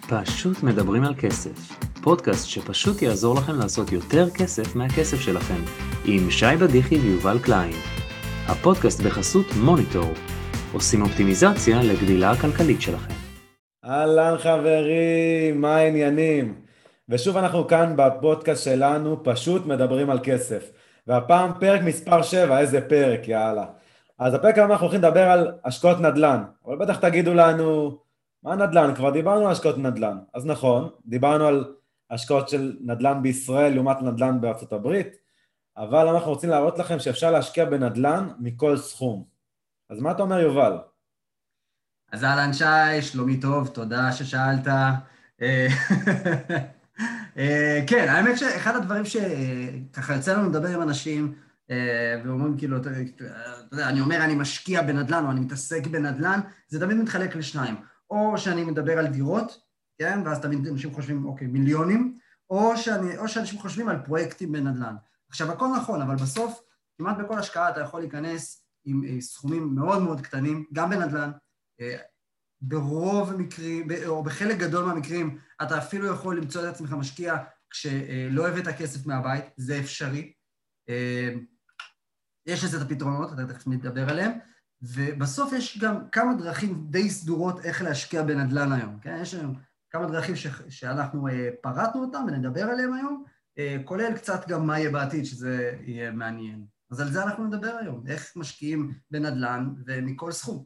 פשוט מדברים על כסף, פודקאסט שפשוט יעזור לכם לעשות יותר כסף מהכסף שלכם, עם שי בדיחי ויובל קליין. הפודקאסט בחסות מוניטור, עושים אופטימיזציה לגדילה הכלכלית שלכם. אהלן חברים, מה העניינים? ושוב אנחנו כאן בפודקאסט שלנו, פשוט מדברים על כסף. והפעם פרק מספר 7, איזה פרק, יאללה. אז הפרק היום אנחנו הולכים לדבר על השקעות נדל"ן. אבל בטח תגידו לנו, מה נדל"ן? כבר דיברנו על השקעות נדל"ן. אז נכון, דיברנו על השקעות של נדל"ן בישראל לעומת נדל"ן בארצות הברית, אבל אנחנו רוצים להראות לכם שאפשר להשקיע בנדל"ן מכל סכום. אז מה אתה אומר, יובל? אז אהלן שי, שלומי טוב, תודה ששאלת. כן, האמת שאחד הדברים שככה יוצא לנו לדבר עם אנשים, ואומרים כאילו, אתה יודע, אני אומר אני משקיע בנדל"ן, או אני מתעסק בנדל"ן, זה תמיד מתחלק לשניים. או שאני מדבר על דירות, כן, ואז תמיד אנשים חושבים, אוקיי, מיליונים, או שאנשים חושבים על פרויקטים בנדל"ן. עכשיו, הכל נכון, אבל בסוף, כמעט בכל השקעה אתה יכול להיכנס עם סכומים מאוד מאוד קטנים, גם בנדל"ן, ברוב המקרים, או בחלק גדול מהמקרים, אתה אפילו יכול למצוא את עצמך משקיע כשלא הבאת כסף מהבית, זה אפשרי. יש לזה את הפתרונות, אתה תכף נדבר עליהם, ובסוף יש גם כמה דרכים די סדורות איך להשקיע בנדל"ן היום, כן? יש היום כמה דרכים שאנחנו פרטנו אותם ונדבר עליהם היום, כולל קצת גם מה יהיה בעתיד, שזה יהיה מעניין. אז על זה אנחנו נדבר היום, איך משקיעים בנדל"ן ומכל סכום.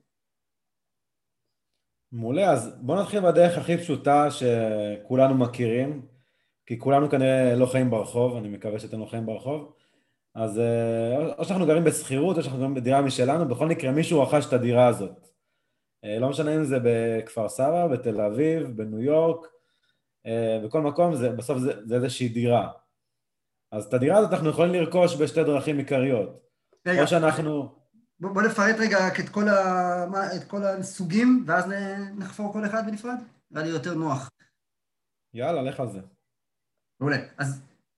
מעולה, אז בואו נתחיל בדרך הכי פשוטה שכולנו מכירים, כי כולנו כנראה לא חיים ברחוב, אני מקווה שאתם לא חיים ברחוב, אז או שאנחנו גרים בסחירות, או שאנחנו גרים בדירה משלנו, בכל מקרה מישהו רכש את הדירה הזאת. לא משנה אם זה בכפר סבא, בתל אביב, בניו יורק, בכל מקום, בסוף זה איזושהי דירה. אז את הדירה הזאת אנחנו יכולים לרכוש בשתי דרכים עיקריות. רגע, או שאנחנו... בוא נפרט רגע את כל הסוגים, ואז נחפור כל אחד בנפרד, נראה לי יותר נוח. יאללה, לך על זה. מעולה. אז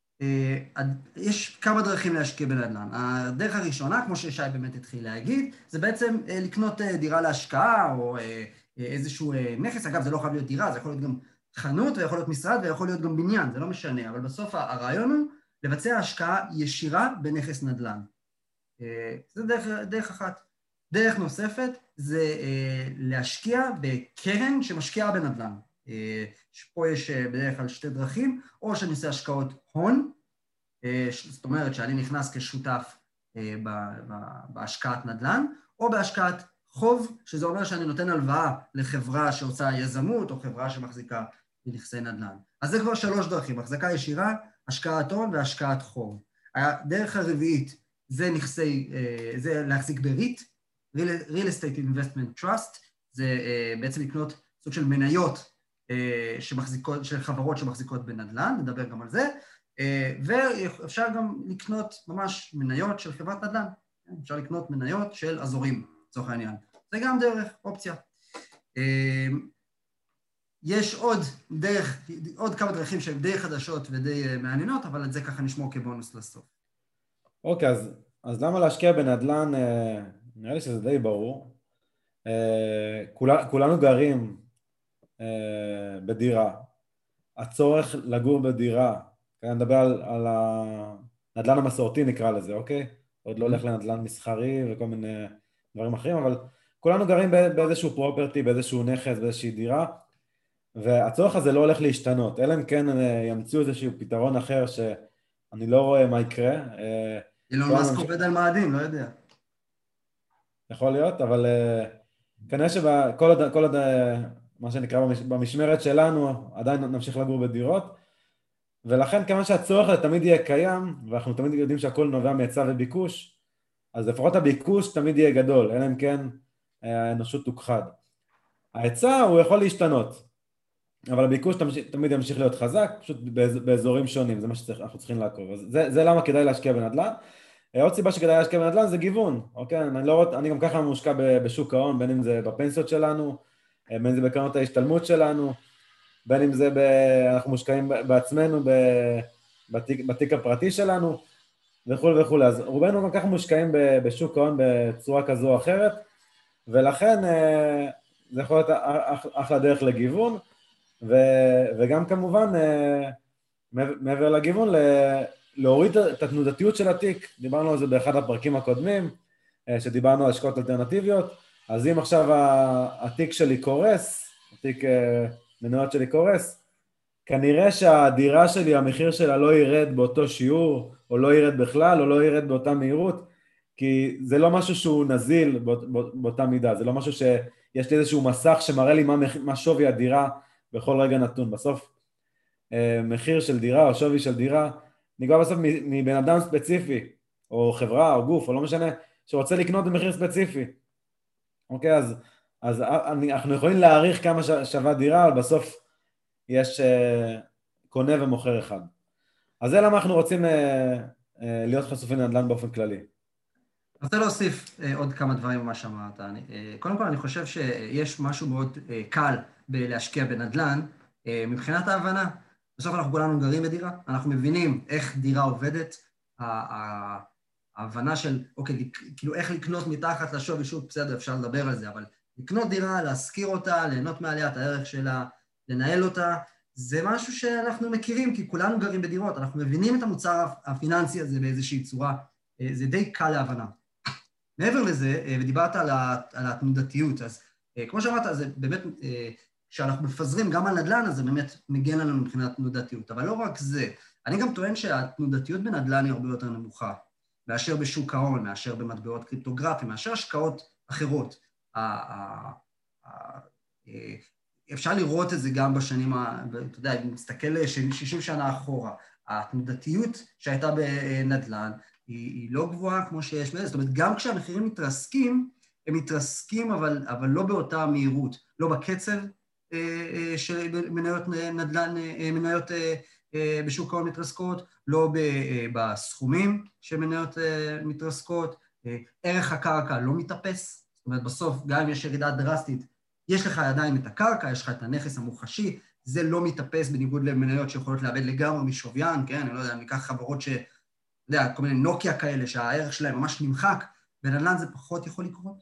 יש כמה דרכים להשקיע בנדל"ן. הדרך הראשונה, כמו ששי באמת התחיל להגיד, זה בעצם לקנות דירה להשקעה, או איזשהו נכס. אגב, זה לא חייב להיות דירה, זה יכול להיות גם חנות, ויכול להיות משרד, ויכול להיות גם בניין, זה לא משנה. אבל בסוף הרעיון הוא לבצע השקעה ישירה בנכס נדל"ן. זה דרך אחת. דרך נוספת זה להשקיע בקרן שמשקיעה בנדל"ן. פה יש בדרך כלל שתי דרכים, או שאני עושה השקעות הון, זאת אומרת שאני נכנס כשותף בהשקעת נדל"ן, או בהשקעת חוב, שזה אומר שאני נותן הלוואה לחברה שעושה יזמות, או חברה שמחזיקה בנכסי נדל"ן. אז זה כבר שלוש דרכים, החזקה ישירה, השקעת הון והשקעת חוב. הדרך הרביעית זה להחזיק ב-REIT, Real Estate Investment Trust, זה בעצם לקנות סוג של מניות של חברות שמחזיקות בנדל"ן, נדבר גם על זה, ואפשר גם לקנות ממש מניות של חברת נדל"ן, אפשר לקנות מניות של אזורים, לצורך העניין. זה גם דרך, אופציה. יש עוד כמה דרכים שהן די חדשות ודי מעניינות, אבל את זה ככה נשמור כבונוס לסוף. אוקיי, אז למה להשקיע בנדל"ן? נראה לי שזה די ברור. כולנו גרים בדירה. הצורך לגור בדירה, אני מדבר על הנדל"ן המסורתי נקרא לזה, אוקיי? עוד לא הולך לנדל"ן מסחרי וכל מיני דברים אחרים, אבל כולנו גרים באיזשהו פרופרטי, באיזשהו נכס, באיזושהי דירה, והצורך הזה לא הולך להשתנות, אלא אם כן ימצאו איזשהו פתרון אחר שאני לא רואה מה יקרה. אילון מאסק עובד על מאדים, לא יודע. יכול להיות, אבל כנראה שכל עוד מה שנקרא במשמרת שלנו, עדיין נמשיך לגור בדירות, ולכן כמה שהצורך הזה תמיד יהיה קיים, ואנחנו תמיד יודעים שהכל נובע מהיצע וביקוש, אז לפחות הביקוש תמיד יהיה גדול, אלא אם כן האנושות תוכחד. ההיצע הוא יכול להשתנות, אבל הביקוש תמיד ימשיך להיות חזק, פשוט באזורים שונים, זה מה שאנחנו צריכים לעקוב. אז זה למה כדאי להשקיע בנדל"ן. עוד סיבה שכדאי להשקיע בנדל"ן זה גיוון, אוקיי? אני גם ככה מושקע בשוק ההון, בין אם זה בפנסיות שלנו, בין אם זה בקרנות ההשתלמות שלנו, בין אם זה אנחנו מושקעים בעצמנו בתיק הפרטי שלנו, וכו' וכו'. אז רובנו גם ככה מושקעים בשוק ההון בצורה כזו או אחרת, ולכן זה יכול להיות אחלה דרך לגיוון, וגם כמובן, מעבר לגיוון, להוריד את התנודתיות של התיק. דיברנו על זה באחד הפרקים הקודמים, שדיברנו על השקעות אלטרנטיביות. אז אם עכשיו התיק שלי קורס, התיק מניות שלי קורס, כנראה שהדירה שלי, המחיר שלה לא ירד באותו שיעור, או לא ירד בכלל, או לא ירד באותה מהירות, כי זה לא משהו שהוא נזיל באותה מידה, זה לא משהו שיש לי איזשהו מסך שמראה לי מה שווי הדירה בכל רגע נתון. בסוף, מחיר של דירה או שווי של דירה, נקבע בסוף מבן אדם ספציפי, או חברה או גוף, או לא משנה, שרוצה לקנות במחיר ספציפי. אוקיי, אז אנחנו יכולים להעריך כמה שווה דירה, אבל בסוף יש קונה ומוכר אחד. אז זה למה אנחנו רוצים להיות חשופים לנדל"ן באופן כללי. אני רוצה להוסיף עוד כמה דברים ממה שאמרת. קודם כל, אני חושב שיש משהו מאוד קל בלהשקיע בנדל"ן, מבחינת ההבנה. בסוף אנחנו כולנו גרים בדירה, אנחנו מבינים איך דירה עובדת, ההבנה של, אוקיי, כאילו איך לקנות מתחת לשווי שוק, בסדר, אפשר לדבר על זה, אבל לקנות דירה, להשכיר אותה, ליהנות מעליית הערך שלה, לנהל אותה, זה משהו שאנחנו מכירים, כי כולנו גרים בדירות, אנחנו מבינים את המוצר הפיננסי הזה באיזושהי צורה, זה די קל להבנה. מעבר לזה, ודיברת על התנודתיות, אז כמו שאמרת, זה באמת, כשאנחנו מפזרים גם על נדל"ן, אז זה באמת מגן עלינו מבחינת תנודתיות. אבל לא רק זה, אני גם טוען שהתנודתיות בנדל"ן היא הרבה יותר נמוכה, מאשר בשוק ההון, מאשר במטבעות קריפטוגרפיים, מאשר השקעות אחרות. אפשר לראות את זה גם בשנים, אתה יודע, אם נסתכל 60 שנה אחורה, התנודתיות שהייתה בנדל"ן, היא לא גבוהה כמו שיש בזה, זאת אומרת, גם כשהמחירים מתרסקים, הם מתרסקים, אבל לא באותה מהירות, לא בקצב של מניות נדל"ן, מניות בשוק ההון מתרסקות, לא בסכומים שמניות מתרסקות, ערך הקרקע לא מתאפס, זאת אומרת, בסוף, גם אם יש ירידה דרסטית, יש לך עדיין את הקרקע, יש לך את הנכס המוחשי, זה לא מתאפס בניגוד למניות שיכולות לאבד לגמרי משוויין, כן? אני לא יודע, ניקח חברות אתה יודע, כל מיני נוקיה כאלה, שהערך שלהם ממש נמחק, בנדל"ן זה פחות יכול לקרות.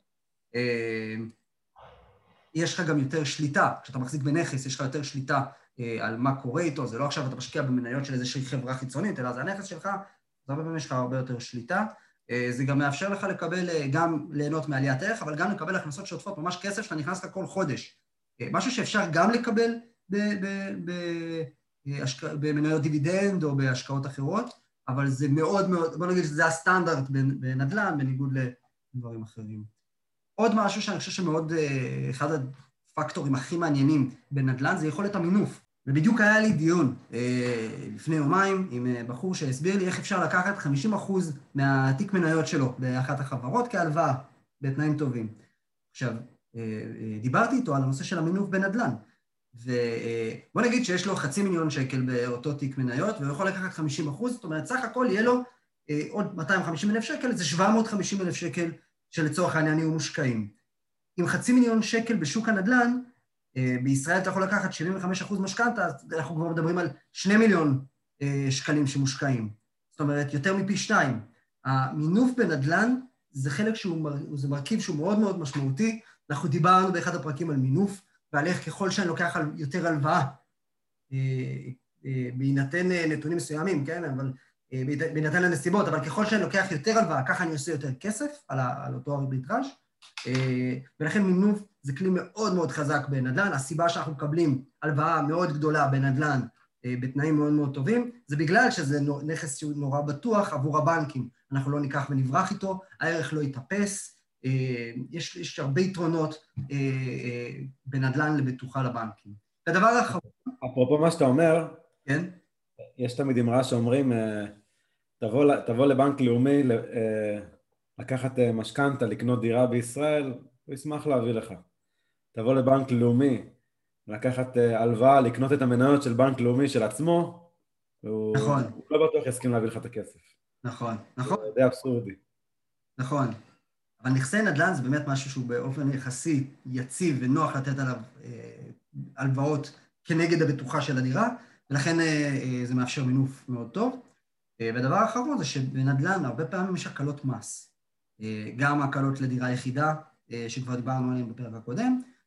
יש לך גם יותר שליטה, כשאתה מחזיק בנכס, יש לך יותר שליטה על מה קורה איתו, זה לא עכשיו אתה משקיע במניות של איזושהי חברה חיצונית, אלא זה הנכס שלך, אז הרבה פעמים יש לך הרבה יותר שליטה. זה גם מאפשר לך לקבל, גם ליהנות מעליית ערך, אבל גם לקבל הכנסות שוטפות, ממש כסף שאתה נכנס לך כל חודש. משהו שאפשר גם לקבל במניות דיבידנד או בהשקעות אחרות, אבל זה מאוד מאוד, בוא נגיד שזה הסטנדרט בנדל"ן, בניגוד לדברים אחרים. עוד משהו שאני חושב שמאוד, אחד הפקטורים הכי מעניינים בנדל"ן, זה יכולת המינוף. ובדיוק היה לי דיון לפני יומיים עם בחור שהסביר לי איך אפשר לקחת 50% מהתיק מניות שלו באחת החברות כהלוואה, בתנאים טובים. עכשיו, דיברתי איתו על הנושא של המינוף בנדל"ן, ובוא נגיד שיש לו 500,000 שקל באותו תיק מניות, והוא יכול לקחת 50%, זאת אומרת, סך הכל יהיה לו עוד 250,000 שקל, זה 750,000 שקל שלצורך העניין יהיו מושקעים. עם 500,000 שקל בשוק הנדל"ן, בישראל אתה יכול לקחת 75% משכנתא, אנחנו כבר מדברים על 2 מיליון שקלים שמושקעים. זאת אומרת, יותר מפי 2. המינוף בנדל"ן זה חלק זה מרכיב שהוא מאוד מאוד משמעותי. אנחנו דיברנו באחד הפרקים על מינוף, ועל איך ככל שאני לוקח יותר הלוואה, בהינתן נתונים מסוימים, כן? אבל בהינתן לנסיבות, אבל ככל שאני לוקח יותר הלוואה, ככה אני עושה יותר כסף על אותו ארביטראז'. ולכן מינוף זה כלי מאוד מאוד חזק בנדל"ן. הסיבה שאנחנו מקבלים הלוואה מאוד גדולה בנדל"ן בתנאים מאוד מאוד טובים, זה בגלל שזה נכס שהוא נורא בטוח עבור הבנקים. אנחנו לא ניקח ונברח איתו, הערך לא יתאפס, יש הרבה יתרונות בנדל"ן לבטוחה לבנקים. הדבר האחרון... אפרופו מה שאתה אומר, כן? יש תמיד אמרה שאומרים, תבוא לבנק לאומי לקחת משכנתא, לקנות דירה בישראל, הוא ישמח להביא לך. תבוא לבנק לאומי, לקחת הלוואה, לקנות את המניות של בנק לאומי של עצמו, נכון. הוא לא בטוח יסכים להביא לך את הכסף. נכון, נכון. זה די אבסורדי. נכון. אבל נכסי נדל"ן זה באמת משהו שהוא באופן יחסי יציב ונוח לתת עליו הלוואות כנגד הבטוחה של הדירה, ולכן זה מאפשר מינוף מאוד טוב. והדבר האחרון זה שבנדל"ן הרבה פעמים יש הקלות מס. גם הקלות לדירה יחידה, שכבר דיברנו עליהן בפרק הקודם,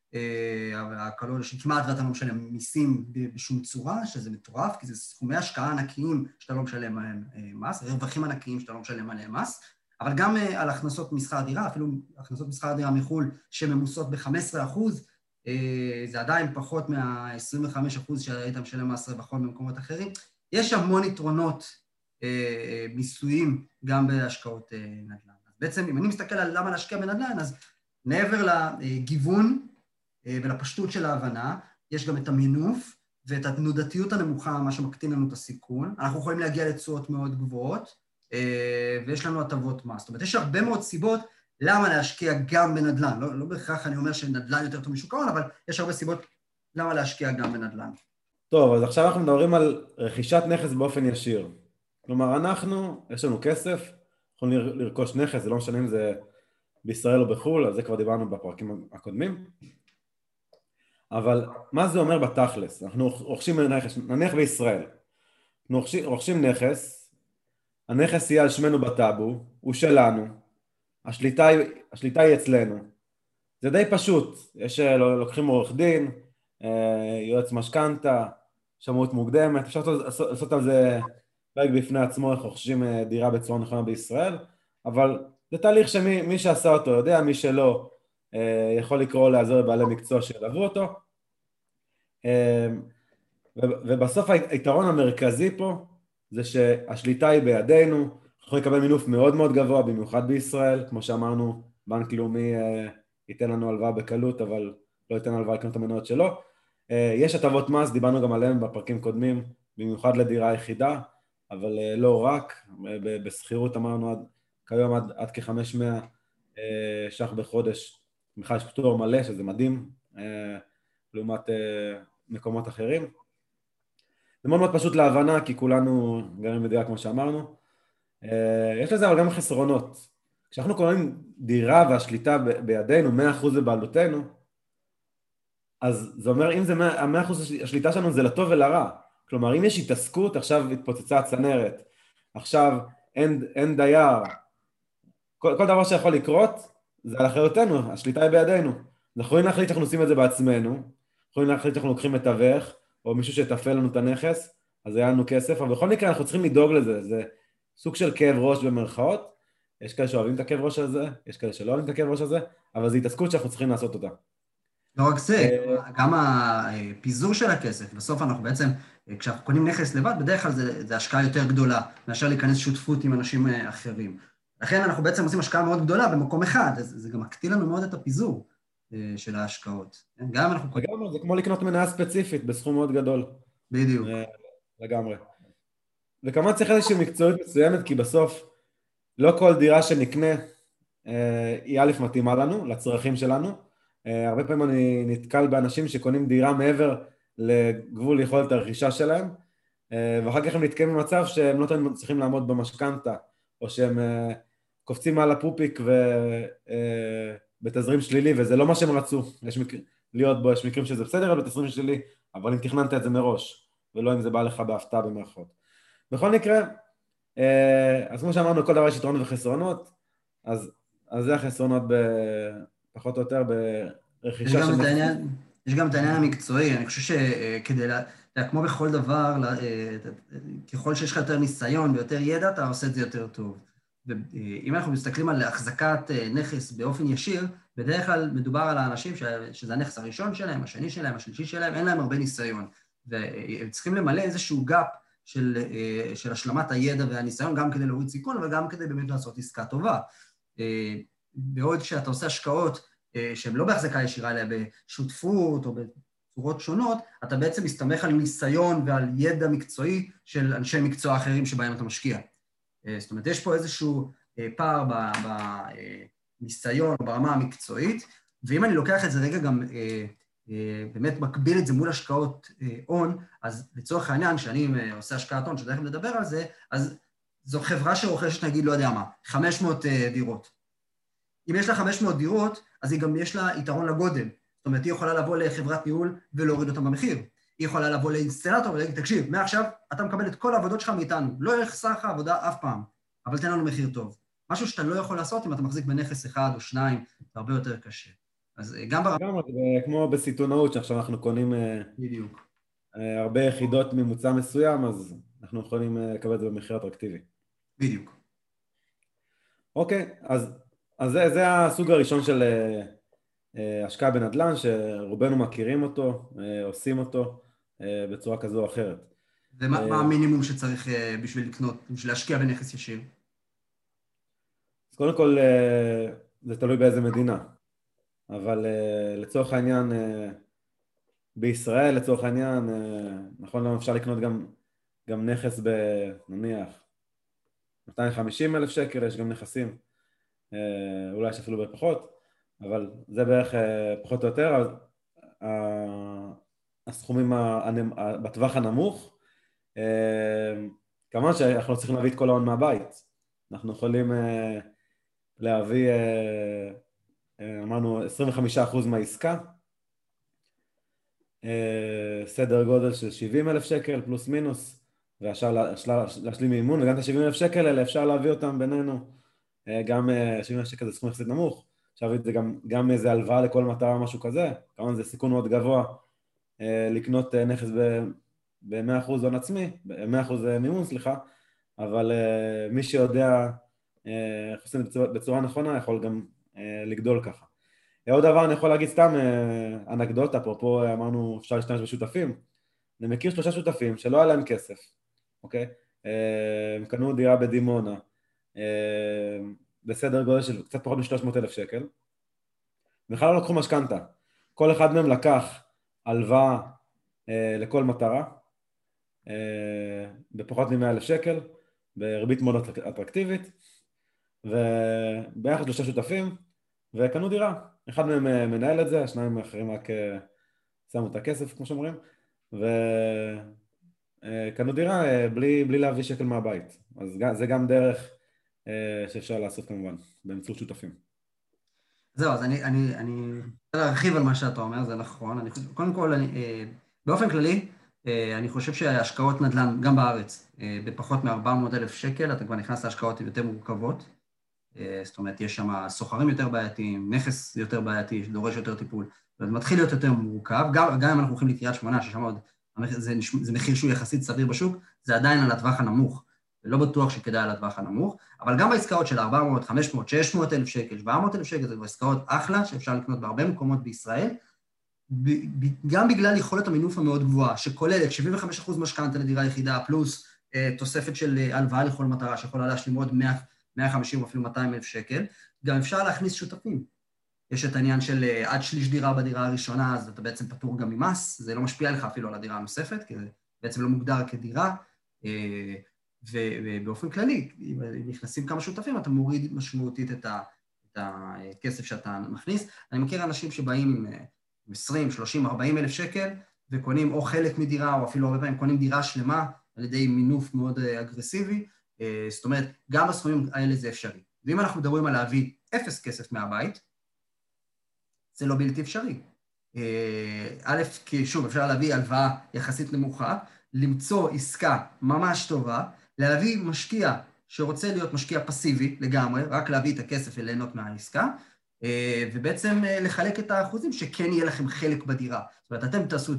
ההקלות שכמעט ואתה לא משלם מיסים בשום צורה, שזה מטורף, כי זה סכומי השקעה ענקיים שאתה לא משלם עליהם מס, רווחים ענקיים שאתה לא משלם עליהם מס, אבל גם על הכנסות משכר דירה, אפילו הכנסות משכר דירה מחול שממוסות ב-15%, זה עדיין פחות מה-25% שהיית משלם מס רווח במקומות אחרים. יש המון יתרונות מיסויים גם בהשקעות נדל"ן. אז בעצם, אם אני מסתכל על למה להשקיע בנדל"ן, אז מעבר לגיוון ולפשטות של ההבנה, יש גם את המינוף ואת התנודתיות הנמוכה, מה שמקטין לנו את הסיכון. אנחנו יכולים להגיע לתשואות מאוד גבוהות, ויש לנו הטבות מס. זאת אומרת, יש הרבה מאוד סיבות למה להשקיע גם בנדל"ן. לא בהכרח אני אומר שנדל"ן יותר טוב משוק ההון, אבל יש הרבה סיבות למה להשקיע גם בנדל"ן. טוב, אז עכשיו אנחנו מדברים על רכישת נכס באופן ישיר. כלומר, יש לנו כסף, יכולים לרכוש נכס, זה לא משנה אם זה בישראל או בחו"ל, על זה כבר דיברנו בפרקים הקודמים. אבל מה זה אומר בתכלס? אנחנו רוכשים נכס, נניח בישראל. אנחנו רוכשים נכס, הנכס יהיה על שמנו בטאבו, הוא שלנו, השליטה היא אצלנו. זה די פשוט, לוקחים עורך דין, יועץ משכנתה, שמאות מוקדמת, אפשר לעשות על זה פרק בפני עצמו איך רוכשים דירה בצורה נכונה בישראל, אבל זה תהליך שמי שעשה אותו יודע, מי שלא יכול לקרוא לעזור לבעלי מקצוע שילוו אותו, ובסוף היתרון המרכזי פה זה שהשליטה היא בידינו, אנחנו יכולים לקבל מינוף מאוד מאוד גבוה, במיוחד בישראל, כמו שאמרנו, בנק לאומי ייתן לנו הלוואה בקלות, אבל לא ייתן הלוואה לקנות את המניות שלו. יש הטבות מס, דיברנו גם עליהם בפרקים קודמים, במיוחד לדירה יחידה, אבל לא רק, בסחירות אמרנו כיום עד כ-500 ש"ח בחודש, בכלל יש פטור מלא, שזה מדהים, לעומת מקומות אחרים. זה מאוד מאוד פשוט להבנה, כי כולנו גרים בדירה כמו שאמרנו. יש לזה אבל גם חסרונות. כשאנחנו קוראים דירה והשליטה בידינו, 100% בבעלותנו, אז זה אומר, אם זה 100% השליטה שלנו, זה לטוב ולרע. כלומר, אם יש התעסקות, עכשיו התפוצצה הצנרת, עכשיו אין דייר, כל דבר שיכול לקרות, זה על אחריותנו, השליטה היא בידינו. אנחנו יכולים להחליט שאנחנו עושים את זה בעצמנו, יכולים להחליט שאנחנו לוקחים מתווך, או מישהו שיתפעל לנו את הנכס, אז היה לנו כסף, אבל בכל מקרה אנחנו צריכים לדאוג לזה, זה סוג של כאב ראש במרכאות, יש כאלה שאוהבים את הכאב ראש הזה, יש כאלה שלא אוהבים את הכאב ראש הזה, אבל זו התעסקות שאנחנו צריכים לעשות אותה. לא רק זה, גם הפיזור של הכסף, בסוף אנחנו בעצם, כשאנחנו קונים נכס לבד, בדרך כלל זה השקעה יותר גדולה, מאשר להיכנס שותפות עם אנשים אחרים. לכן אנחנו בעצם עושים השקעה מאוד גדולה במקום אחד, זה גם מקטין לנו מאוד את הפיזור של ההשקעות. גם אנחנו... לגמרי, זה כמו לקנות מניה ספציפית בסכום מאוד גדול. בדיוק. לגמרי. וכמובן צריך איזושהי מקצועית מסוימת, כי בסוף לא כל דירה שנקנה היא א' מתאימה לנו, לצרכים שלנו. הרבה פעמים אני נתקל באנשים שקונים דירה מעבר לגבול יכולת הרכישה שלהם, ואחר כך הם נתקעים במצב שהם לא צריכים לעמוד במשכנתה, או שהם קופצים מעל הפופיק בתזרים שלילי, וזה לא מה שהם רצו. יש מקרים שזה בסדר על בתזרים שלילי, אבל אם תכננת את זה מראש, ולא אם זה בא לך בהפתעה במרכאות. בכל מקרה, אז כמו שאמרנו, כל דבר יש יתרונות וחסרונות, אז זה החסרונות פחות או יותר ברכישה של נכס. יש גם את העניין המקצועי, אני חושב שכדי, כמו בכל דבר, ככל שיש לך יותר ניסיון ויותר ידע, אתה עושה את זה יותר טוב. ואם אנחנו מסתכלים על החזקת נכס באופן ישיר, בדרך כלל מדובר על האנשים שזה הנכס הראשון שלהם, השני שלהם, השלישי שלהם, אין להם הרבה ניסיון. והם צריכים למלא איזשהו גאפ של השלמת הידע והניסיון, גם כדי להוריד סיכון, אבל גם כדי באמת לעשות עסקה טובה. בעוד שאתה עושה השקעות שהן לא בהחזקה ישירה, אלא בשותפות או בצורות שונות, אתה בעצם מסתמך על ניסיון ועל ידע מקצועי של אנשי מקצוע אחרים שבהם אתה משקיע. זאת אומרת, יש פה איזשהו פער בניסיון או ברמה המקצועית, ואם אני לוקח את זה רגע גם באמת מקביל את זה מול השקעות הון, אז לצורך העניין, שאני עושה השקעת הון, שדרך לדבר על זה, אז זו חברה שרוכשת, נגיד, לא יודע מה, 500 דירות. אם יש לה 500 דירות, אז היא גם יש לה יתרון לגודל. זאת אומרת, היא יכולה לבוא לחברת ניהול ולהוריד אותם במחיר. היא יכולה לבוא לאינסטלטור ולהגיד, תקשיב, מעכשיו אתה מקבל את כל העבודות שלך מאיתנו. לא יחסר לך עבודה אף פעם, אבל תן לנו מחיר טוב. משהו שאתה לא יכול לעשות אם אתה מחזיק בנכס אחד או שניים, זה הרבה יותר קשה. אז גם ברמה... גם כמו בסיטונאות, שעכשיו אנחנו קונים בדיוק. הרבה יחידות ממוצע מסוים, אז אנחנו יכולים לקבל את זה במחיר אטרקטיבי. בדיוק. אוקיי, אז זה הסוג הראשון של השקעה בנדל"ן, שרובנו מכירים אותו, עושים אותו בצורה כזו או אחרת. ומה המינימום שצריך בשביל לקנות, בשביל להשקיע בנכס ישיר? אז קודם כל, זה תלוי באיזה מדינה, אבל לצורך העניין, בישראל, לצורך העניין, נכון, למה אפשר לקנות גם נכס נניח 250,000 שקל, יש גם נכסים, אולי יש אפילו בפחות, אבל זה בערך פחות או יותר, הסכומים בטווח הנמוך, כמובן שאנחנו לא צריכים להביא את כל ההון מהבית, אנחנו יכולים להביא, אמרנו 25% מהעסקה, סדר גודל של 70,000 שקל פלוס מינוס, ואפשר להשלים מימון, וגם את ה-70,000 שקל האלה אפשר להביא אותם בינינו, גם 70,000 שקל זה סכום יחסית נמוך, אפשר להביא את זה גם איזה הלוואה לכל מטרה, משהו כזה, כמובן זה סיכון מאוד גבוה, לקנות נכס ב-100% הון עצמי, ב-100% מימון, סליחה, אבל מי שיודע איך עושים את זה בצורה נכונה, יכול גם לגדול ככה. עוד דבר אני יכול להגיד סתם אנקדוטה, אפרופו אמרנו אפשר להשתמש בשותפים, אני מכיר 3 שותפים שלא היה להם כסף, אוקיי? הם קנו דירה בדימונה, בסדר גודל של קצת פחות מ-300,000 שקל, בכלל לא לקחו משכנתה, כל אחד מהם לקח הלוואה לכל מטרה, בפחות מ-100,000 שקל, בריבית מאוד אטרקטיבית, וביחד 3 שותפים, וקנו דירה. אחד מהם מנהל את זה, השניים האחרים רק שמו את הכסף, כמו שאומרים, וקנו דירה בלי להביא שקל מהבית. אז זה גם דרך שאפשר לעשות כמובן, באמצעות שותפים. זהו, אז אני רוצה להרחיב על מה שאתה אומר, זה נכון. קודם כל, באופן כללי, אני חושב שההשקעות נדל"ן, גם בארץ, בפחות מ-400,000 שקל, אתה כבר נכנס להשקעות יותר מורכבות. זאת אומרת, יש שם סוחרים יותר בעייתיים, נכס יותר בעייתי, שדורש יותר טיפול, וזה מתחיל להיות יותר מורכב, גם אם אנחנו הולכים לקריית שמונה, ששם עוד, זה מחיר שהוא יחסית סביר בשוק, זה עדיין על הטווח הנמוך, ולא בטוח שכדאי על הטווח הנמוך, אבל גם בעסקאות של 400, 500, 600,000 שקל, 700,000 שקל, זה כבר עסקאות אחלה, שאפשר לקנות בהרבה מקומות בישראל, גם בגלל יכולת המינוף המאוד גבוהה, שכוללת 75% משכנתה לדירה יחידה, פלוס תוספת של הלוואה לכל מטרה, שיכולה להשלים עוד 150 או אפילו 200,000 שקל, גם אפשר להכניס שותפים. יש את העניין של עד שליש דירה בדירה הראשונה, אז אתה בעצם פטור גם ממס, זה לא משפיע לך אפילו על הדירה הנוספת, כי זה בעצם לא מוגדר כדירה, ובאופן כללי, אם נכנסים כמה שותפים, אתה מוריד משמעותית את הכסף שאתה מכניס. אני מכיר אנשים שבאים עם 20, 30, 40 אלף שקל, וקונים או חלק מדירה, או אפילו הרבה פעמים קונים דירה שלמה, על ידי מינוף מאוד אגרסיבי, זאת אומרת, גם בסכומים האלה זה אפשרי. ואם אנחנו מדברים על להביא 0 כסף מהבית, זה לא בלתי אפשרי. א', כי שוב, אפשר להביא הלוואה יחסית נמוכה, למצוא עסקה ממש טובה, להביא משקיע שרוצה להיות משקיע פסיבי לגמרי, רק להביא את הכסף וליהנות מהעסקה, ובעצם לחלק את האחוזים שכן יהיה לכם חלק בדירה. זאת אומרת, אתם תעשו,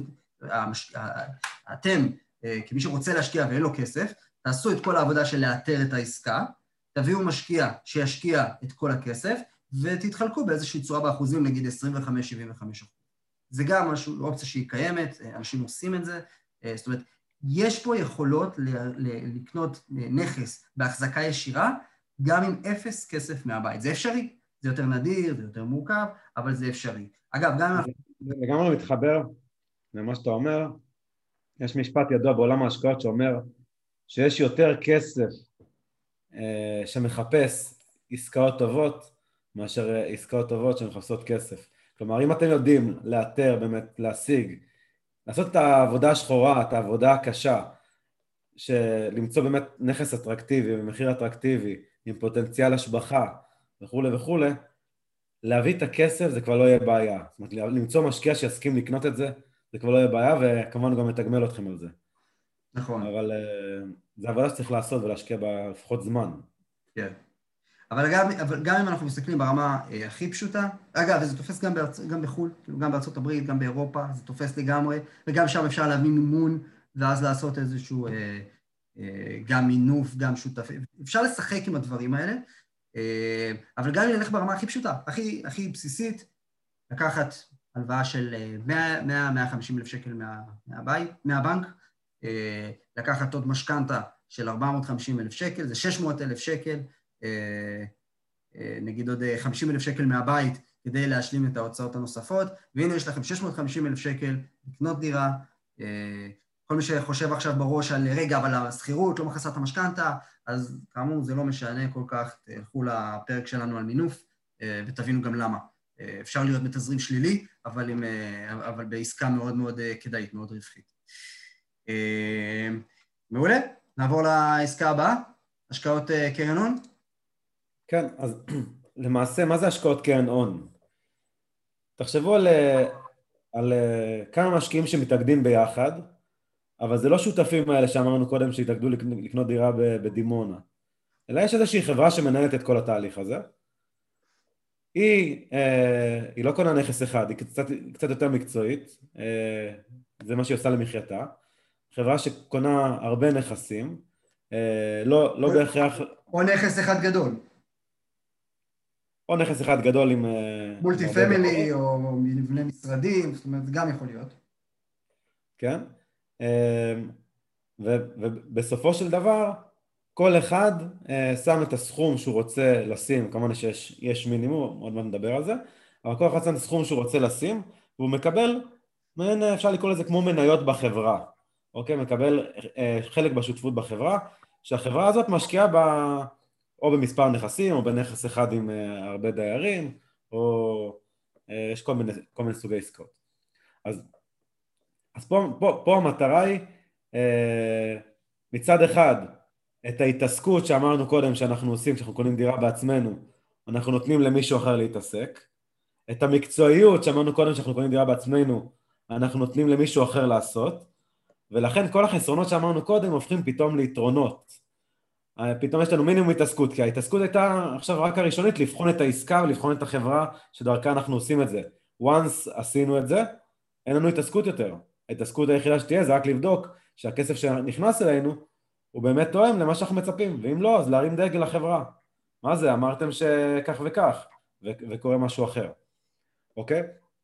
אתם, כמי שרוצה להשקיע ואין לו כסף, תעשו את כל העבודה של לאתר את העסקה, תביאו משקיע שישקיע את כל הכסף, ותתחלקו באיזושהי צורה באחוזים, נגיד 25-75%. זה גם משהו, אופציה שהיא קיימת, אנשים עושים את זה, זאת אומרת, יש פה יכולות לקנות נכס בהחזקה ישירה, גם עם 0 כסף מהבית. זה אפשרי, זה יותר נדיר, זה יותר מורכב, אבל זה אפשרי. אגב, גם... לגמרי מתחבר למה שאתה אומר, יש משפט ידוע בעולם ההשקעות שאומר, שיש יותר כסף שמחפש עסקאות טובות, מאשר עסקאות טובות שמחפשות כסף. כלומר, אם אתם יודעים לאתר, באמת להשיג, לעשות את העבודה השחורה, את העבודה הקשה, למצוא באמת נכס אטרקטיבי, במחיר אטרקטיבי, עם פוטנציאל השבחה וכו' וכו', להביא את הכסף זה כבר לא יהיה בעיה. זאת אומרת, למצוא משקיע שיסכים לקנות את זה, זה כבר לא יהיה בעיה, וכמובן גם מתגמל אתכם על זה. נכון. אבל זה עבודה שצריך לעשות ולהשקיע בה לפחות זמן. כן. אבל גם אם אנחנו מסתכלים ברמה הכי פשוטה, אגב, וזה תופס גם בחו"ל, כאילו גם בארצות הברית, גם באירופה, זה תופס לגמרי, וגם שם אפשר להביא מימון, ואז לעשות איזשהו גם מינוף, גם שותף, אפשר לשחק עם הדברים האלה, אבל גם אם נלך ברמה הכי פשוטה, הכי בסיסית, לקחת הלוואה של 100-150 אלף שקל מהבנק, לקחת עוד משכנתה של 450 אלף שקל, זה 600 אלף שקל, נגיד עוד 50 אלף שקל מהבית כדי להשלים את ההוצאות הנוספות, והנה יש לכם 650 אלף שקל לקנות דירה, כל מי שחושב עכשיו בראש על רגע, אבל הסחירות לא מכסה את המשכנתה, אז כאמור זה לא משנה כל כך, תלכו לפרק שלנו על מינוף, ותבינו גם למה. אפשר להיות בתזרים שלילי, אבל בעסקה מאוד מאוד כדאית, מאוד רווחית. מעולה, נעבור לעסקה הבאה, השקעות קרן הון. כן, אז למעשה, מה זה השקעות קרן הון? תחשבו על כמה משקיעים שמתאגדים ביחד, אבל זה לא שותפים האלה שאמרנו קודם שהתאגדו לקנות דירה בדימונה, אלא יש איזושהי חברה שמנהלת את כל התהליך הזה. היא לא קונה נכס אחד, היא קצת יותר מקצועית, זה מה שהיא עושה למחייתה. חברה שקונה הרבה נכסים, לא בהכרח... או נכס אחד גדול. או נכס אחד גדול עם... מולטי פמילי או מבנה משרדים, זאת אומרת, זה גם יכול להיות. כן. ובסופו של דבר, כל אחד שם את הסכום שהוא רוצה לשים, כמובן שיש מינימום, עוד מעט נדבר על זה, אבל כל אחד שם את הסכום שהוא רוצה לשים, והוא מקבל, אפשר לקרוא לזה כמו מניות בחברה, אוקיי? מקבל חלק בשותפות בחברה, שהחברה הזאת משקיעה או במספר נכסים, או בנכס אחד עם הרבה דיירים, או יש כל מיני סוגי עסקאות. אז פה המטרה היא, מצד אחד, את ההתעסקות שאמרנו קודם שאנחנו עושים, כשאנחנו קונים דירה בעצמנו, אנחנו נותנים למישהו אחר להתעסק. את המקצועיות שאמרנו קודם שאנחנו קונים דירה בעצמנו, אנחנו נותנים למישהו אחר לעשות, ולכן כל החסרונות שאמרנו קודם הופכים פתאום ליתרונות. פתאום יש לנו מינימום התעסקות, כי ההתעסקות הייתה עכשיו רק הראשונית, לבחון את העסקה ולבחון את החברה שדרכה אנחנו עושים את זה. once עשינו את זה, אין לנו התעסקות יותר. ההתעסקות היחידה שתהיה זה רק לבדוק שהכסף שנכנס אלינו הוא באמת תואם למה שאנחנו מצפים, ואם לא, אז להרים דגל לחברה. מה זה? אמרתם שכך וכך, וקורה משהו אחר. אוקיי?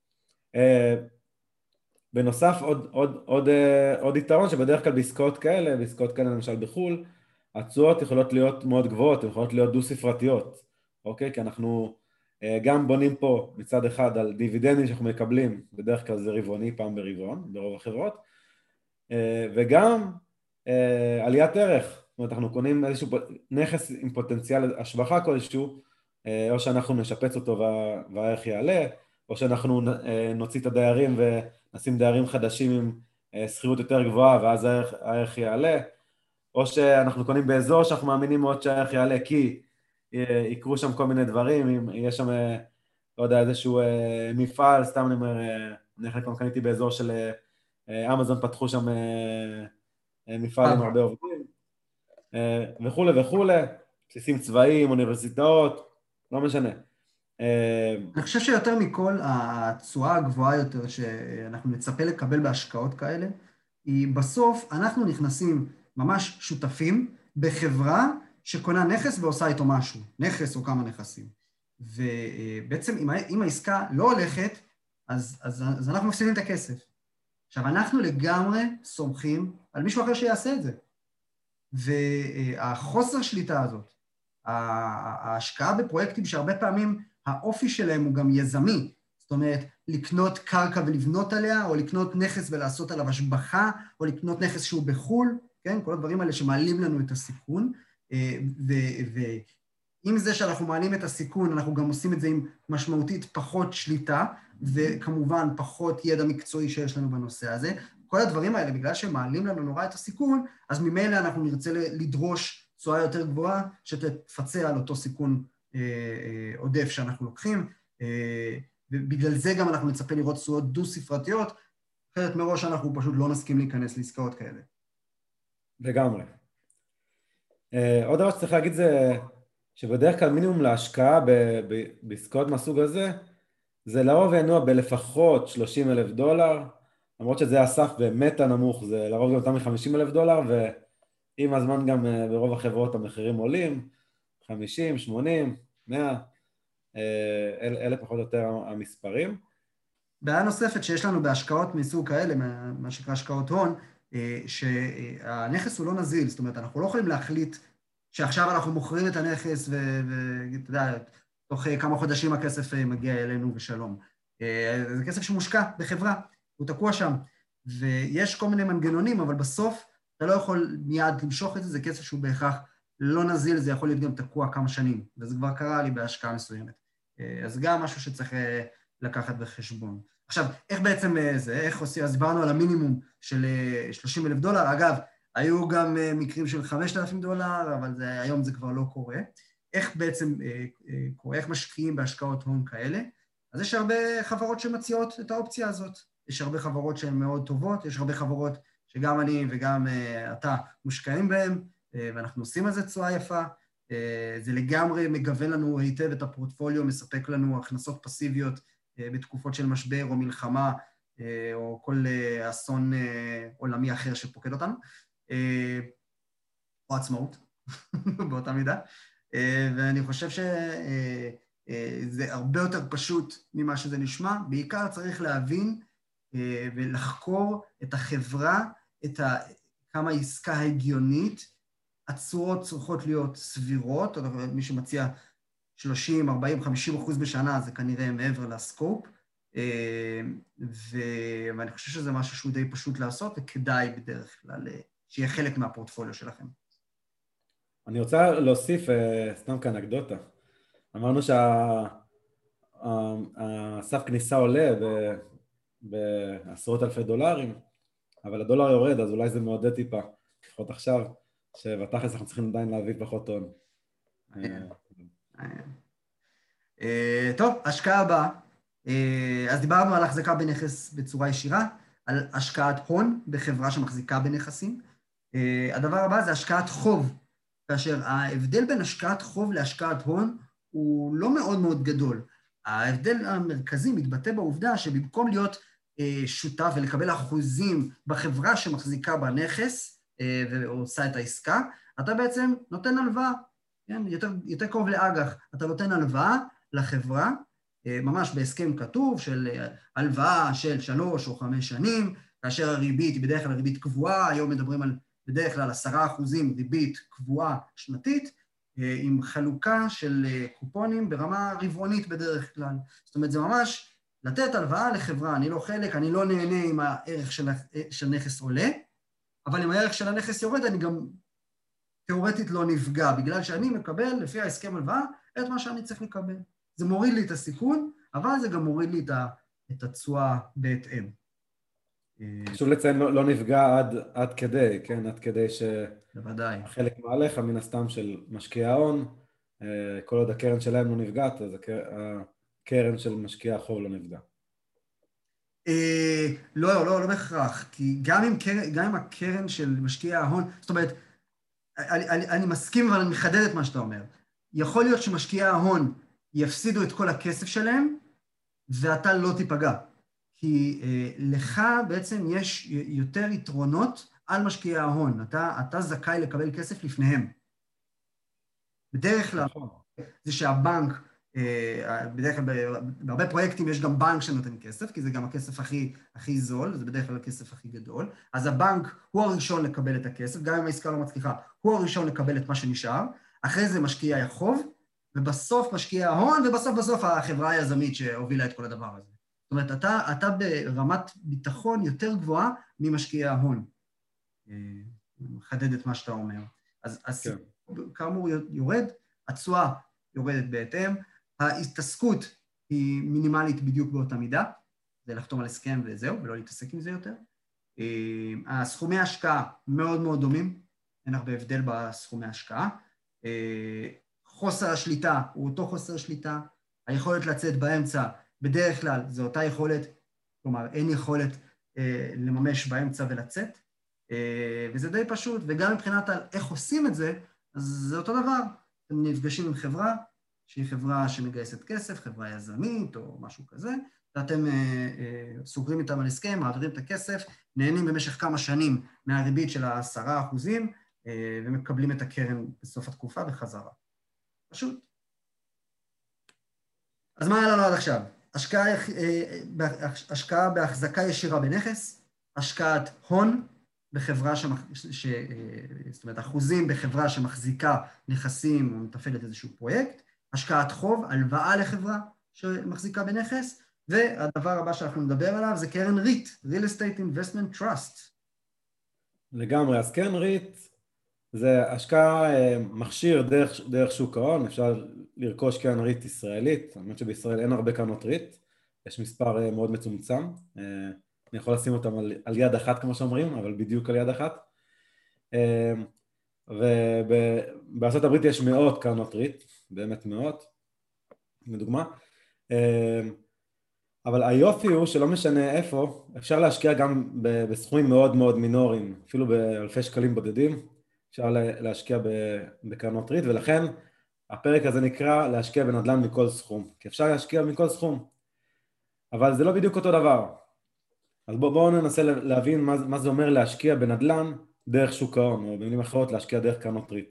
בנוסף, עוד יתרון שבדרך כלל בעסקאות כאלה למשל בחול, התשואות יכולות להיות מאוד גבוהות, יכולות להיות דו-ספרתיות, אוקיי? כי אנחנו גם בונים פה מצד אחד על דיבידנדים שאנחנו מקבלים, בדרך כלל זה רבעוני, פעם ברבעון, ברוב החברות, וגם עליית ערך, זאת אומרת, אנחנו קונים איזשהו נכס עם פוטנציאל השבחה כלשהו, או שאנחנו נשפץ אותו והערך יעלה, או שאנחנו נוציא את הדיירים ונשים דיירים חדשים עם שכירות יותר גבוהה, ואז הערך יעלה, או שאנחנו קונים באזור שאנחנו מאמינים מאוד שהערך יעלה, כי יקרו שם כל מיני דברים, אם יש שם, לא יודע, איזשהו מפעל, סתם אני אומר, אני קניתי באזור של אמזון, פתחו שם מפעל עם הרבה עובדים, וכו' וכו', בסיסים צבאיים, אוניברסיטאות, לא משנה. אני חושב שיותר מכל, התשואה הגבוהה יותר שאנחנו נצפה לקבל בהשקעות כאלה, היא בסוף אנחנו נכנסים ממש שותפים בחברה שקונה נכס ועושה איתו משהו, נכס או כמה נכסים. ובעצם אם העסקה לא הולכת, אז אנחנו מפסידים את הכסף. עכשיו, אנחנו לגמרי סומכים על מישהו אחר שיעשה את זה. והחוסר שליטה הזאת, ההשקעה בפרויקטים שהרבה פעמים האופי שלהם הוא גם יזמי, זאת אומרת, לקנות קרקע ולבנות עליה, או לקנות נכס ולעשות עליו השבחה, או לקנות נכס שהוא בחול, כן? כל הדברים האלה שמעלים לנו את הסיכון, ועם זה שאנחנו מעלים את הסיכון, אנחנו גם עושים את זה עם משמעותית פחות שליטה, וכמובן פחות ידע מקצועי שיש לנו בנושא הזה. כל הדברים האלה, בגלל שמעלים לנו נורא את הסיכון, אז ממילא אנחנו נרצה לדרוש תשואה יותר גבוהה, שתפצה על אותו סיכון עודף שאנחנו לוקחים, ובגלל זה גם אנחנו נצפה לראות תשואות דו-ספרתיות, אחרת מראש אנחנו פשוט לא נסכים להיכנס לעסקאות כאלה. לגמרי. עוד דבר שצריך להגיד זה, שבדרך כלל מינימום להשקעה בעסקאות מהסוג הזה, זה לרוב ינוע בלפחות $30,000, למרות שזה הסף באמת הנמוך, זה לרוב גם יותר $50,000, ועם הזמן גם ברוב החברות המחירים עולים, 50, 80, 100, אלה פחות או יותר המספרים. בעיה נוספת שיש לנו בהשקעות מסוג כאלה, מה שנקרא השקעות הון, שהנכס הוא לא נזיל, זאת אומרת, אנחנו לא יכולים להחליט שעכשיו אנחנו מוכרים את הנכס ואתה יודע, תוך כמה חודשים הכסף מגיע אלינו ושלום. זה כסף שמושקע בחברה, הוא תקוע שם, ויש כל מיני מנגנונים, אבל בסוף אתה לא יכול מיד למשוך את זה, זה כסף שהוא בהכרח לא נזיל, זה יכול להיות גם תקוע כמה שנים, וזה כבר קרה לי בהשקעה מסוימת. אז גם משהו שצריך לקחת בחשבון. עכשיו, איך בעצם זה, איך עושים, אז דיברנו על המינימום של $30,000, אגב, היו גם מקרים של $5,000, אבל היום זה כבר לא קורה. איך בעצם קורה, איך משקיעים בהשקעות הון כאלה? אז יש הרבה חברות שמציעות את האופציה הזאת. יש הרבה חברות שהן מאוד טובות, יש הרבה חברות שגם אני וגם אתה מושקעים בהן, ואנחנו עושים על זה תשואה יפה. זה לגמרי מגוון לנו היטב את הפורטפוליו, מספק לנו הכנסות פסיביות בתקופות של משבר או מלחמה, או כל אסון עולמי אחר שפוקד אותנו, או עצמאות, באותה מידה. ואני חושב שזה הרבה יותר פשוט ממה שזה נשמע. בעיקר צריך להבין ולחקור את החברה, כמה עסקה הגיונית, התשואות צריכות להיות סבירות, מי שמציע 30, 40, 50% בשנה, זה כנראה מעבר לסקופ, ואני חושב שזה משהו שהוא די פשוט לעשות, וכדאי בדרך כלל שיהיה חלק מהפורטפוליו שלכם. אני רוצה להוסיף סתם כאנקדוטה. אמרנו שהסף כניסה עולה בעשרות אלפי דולרים, אבל הדולר יורד, אז אולי זה מעודד טיפה, לפחות עכשיו, שבתכלס אנחנו צריכים עדיין להביא פחות הון. טוב, השקעה הבאה. אז דיברנו על החזקה בנכס בצורה ישירה, על השקעת הון בחברה שמחזיקה בנכסים. הדבר הבא זה השקעת חוב, כאשר ההבדל בין השקעת חוב להשקעת הון הוא לא מאוד מאוד גדול. ההבדל המרכזי מתבטא בעובדה שבמקום להיות שותף ולקבל אחוזים בחברה שמחזיקה בנכס ועושה את העסקה, אתה בעצם נותן הלוואה, כן? יותר קרוב לאג"ח, אתה נותן הלוואה לחברה, ממש בהסכם כתוב של הלוואה של 3 או 5 שנים, כאשר הריבית היא בדרך כלל ריבית קבועה, היום מדברים על בדרך כלל 10% ריבית קבועה שנתית, עם חלוקה של קופונים ברמה רבעונית בדרך כלל. זאת אומרת, זה ממש לתת הלוואה לחברה, אני לא חלק, אני לא נהנה עם הערך של נכס עולה, אבל אם הערך של הנכס יורד, אני גם תיאורטית לא נפגע, בגלל שאני מקבל לפי ההסכם הלוואה את מה שאני צריך לקבל. זה מוריד לי את הסיכון, אבל זה גם מוריד לי את התשואה בהתאם. חשוב לציין, לא נפגע עד כדי, כן? עד כדי בוודאי. חלק מהלך, מן הסתם של משקיעי ההון, כל עוד הקרן שלהם לא נפגעת, אז הקרן של משקיעי החוב לא נפגע. לא בהכרח, כי גם עם הקרן של משקיעי ההון, זאת אומרת, אני מסכים אבל אני מחדד את מה שאתה אומר. יכול להיות שמשקיעי ההון יפסידו את כל הכסף שלהם, ואתה לא תיפגע. כי לך בעצם יש יותר יתרונות על משקיעי ההון. אתה זכאי לקבל כסף לפניהם. בדרך כלל זה שהבנק, בדרך כלל בהרבה פרויקטים יש גם בנק שנותן כסף, כי זה גם הכסף הכי זול, זה בדרך כלל הכסף הכי גדול. אז הבנק הוא הראשון לקבל את הכסף, גם אם העסקה לא מצליחה, הוא הראשון לקבל את מה שנשאר. אחרי זה משקיעי החוב, ובסוף משקיעי ההון, ובסוף החברה היזמית שהובילה את כל הדבר הזה. זאת אומרת, אתה ברמת ביטחון יותר גבוהה ממשקיעי ההון. מחדד את מה שאתה אומר. אז כאמור יורד, התשואה יורדת בהתאם, ההתעסקות היא מינימלית בדיוק באותה מידה, זה לחתום על הסכם וזהו, ולא להתעסק עם זה יותר. הסכומי ההשקעה מאוד מאוד דומים, אין הרבה הבדל בסכומי ההשקעה. חוסר השליטה הוא אותו חוסר שליטה, היכולת לצאת באמצע, בדרך כלל זו אותה יכולת, כלומר אין יכולת לממש באמצע ולצאת, וזה די פשוט, וגם מבחינת על איך עושים את זה, אז זה אותו דבר. אתם נפגשים עם חברה, שהיא חברה שמגייסת כסף, חברה יזמית או משהו כזה, ואתם סוגרים איתם על הסכם, מעבירים את הכסף, נהנים במשך כמה שנים מהריבית של 10%, ומקבלים את הקרן בסוף התקופה בחזרה. פשוט. אז מה היה לנו עד עכשיו? השקעה בהחזקה ישירה בנכס, השקעת הון בחברה זאת אומרת, אחוזים בחברה שמחזיקה נכסים או מתפעלת איזשהו פרויקט, השקעת חוב, הלוואה לחברה שמחזיקה בנכס, והדבר הבא שאנחנו נדבר עליו זה קרן ריט, Real Estate Investment Trust. לגמרי, אז קרן ריט זה השקעה מכשיר דרך שוק ההון, אפשר לרכוש קרן ריט ישראלית, האמת שבישראל אין הרבה קרנות ריט, יש מספר מאוד מצומצם, אני יכול לשים אותם על יד אחת כמו שאומרים, אבל בדיוק על יד אחת, ובארצות הברית יש מאות קרנות ריט, באמת מאות, לדוגמה, אבל היופי הוא שלא משנה איפה, אפשר להשקיע גם בסכומים מאוד מאוד מינוריים, אפילו באלפי שקלים בודדים, אפשר להשקיע בקרנות ריט, ולכן הפרק הזה נקרא להשקיע בנדל"ן מכל סכום, כי אפשר להשקיע מכל סכום, אבל זה לא בדיוק אותו דבר. אז בואו ננסה להבין מה זה אומר להשקיע בנדל"ן דרך שוק ההון, או במילים אחרות להשקיע דרך קרנות ריט.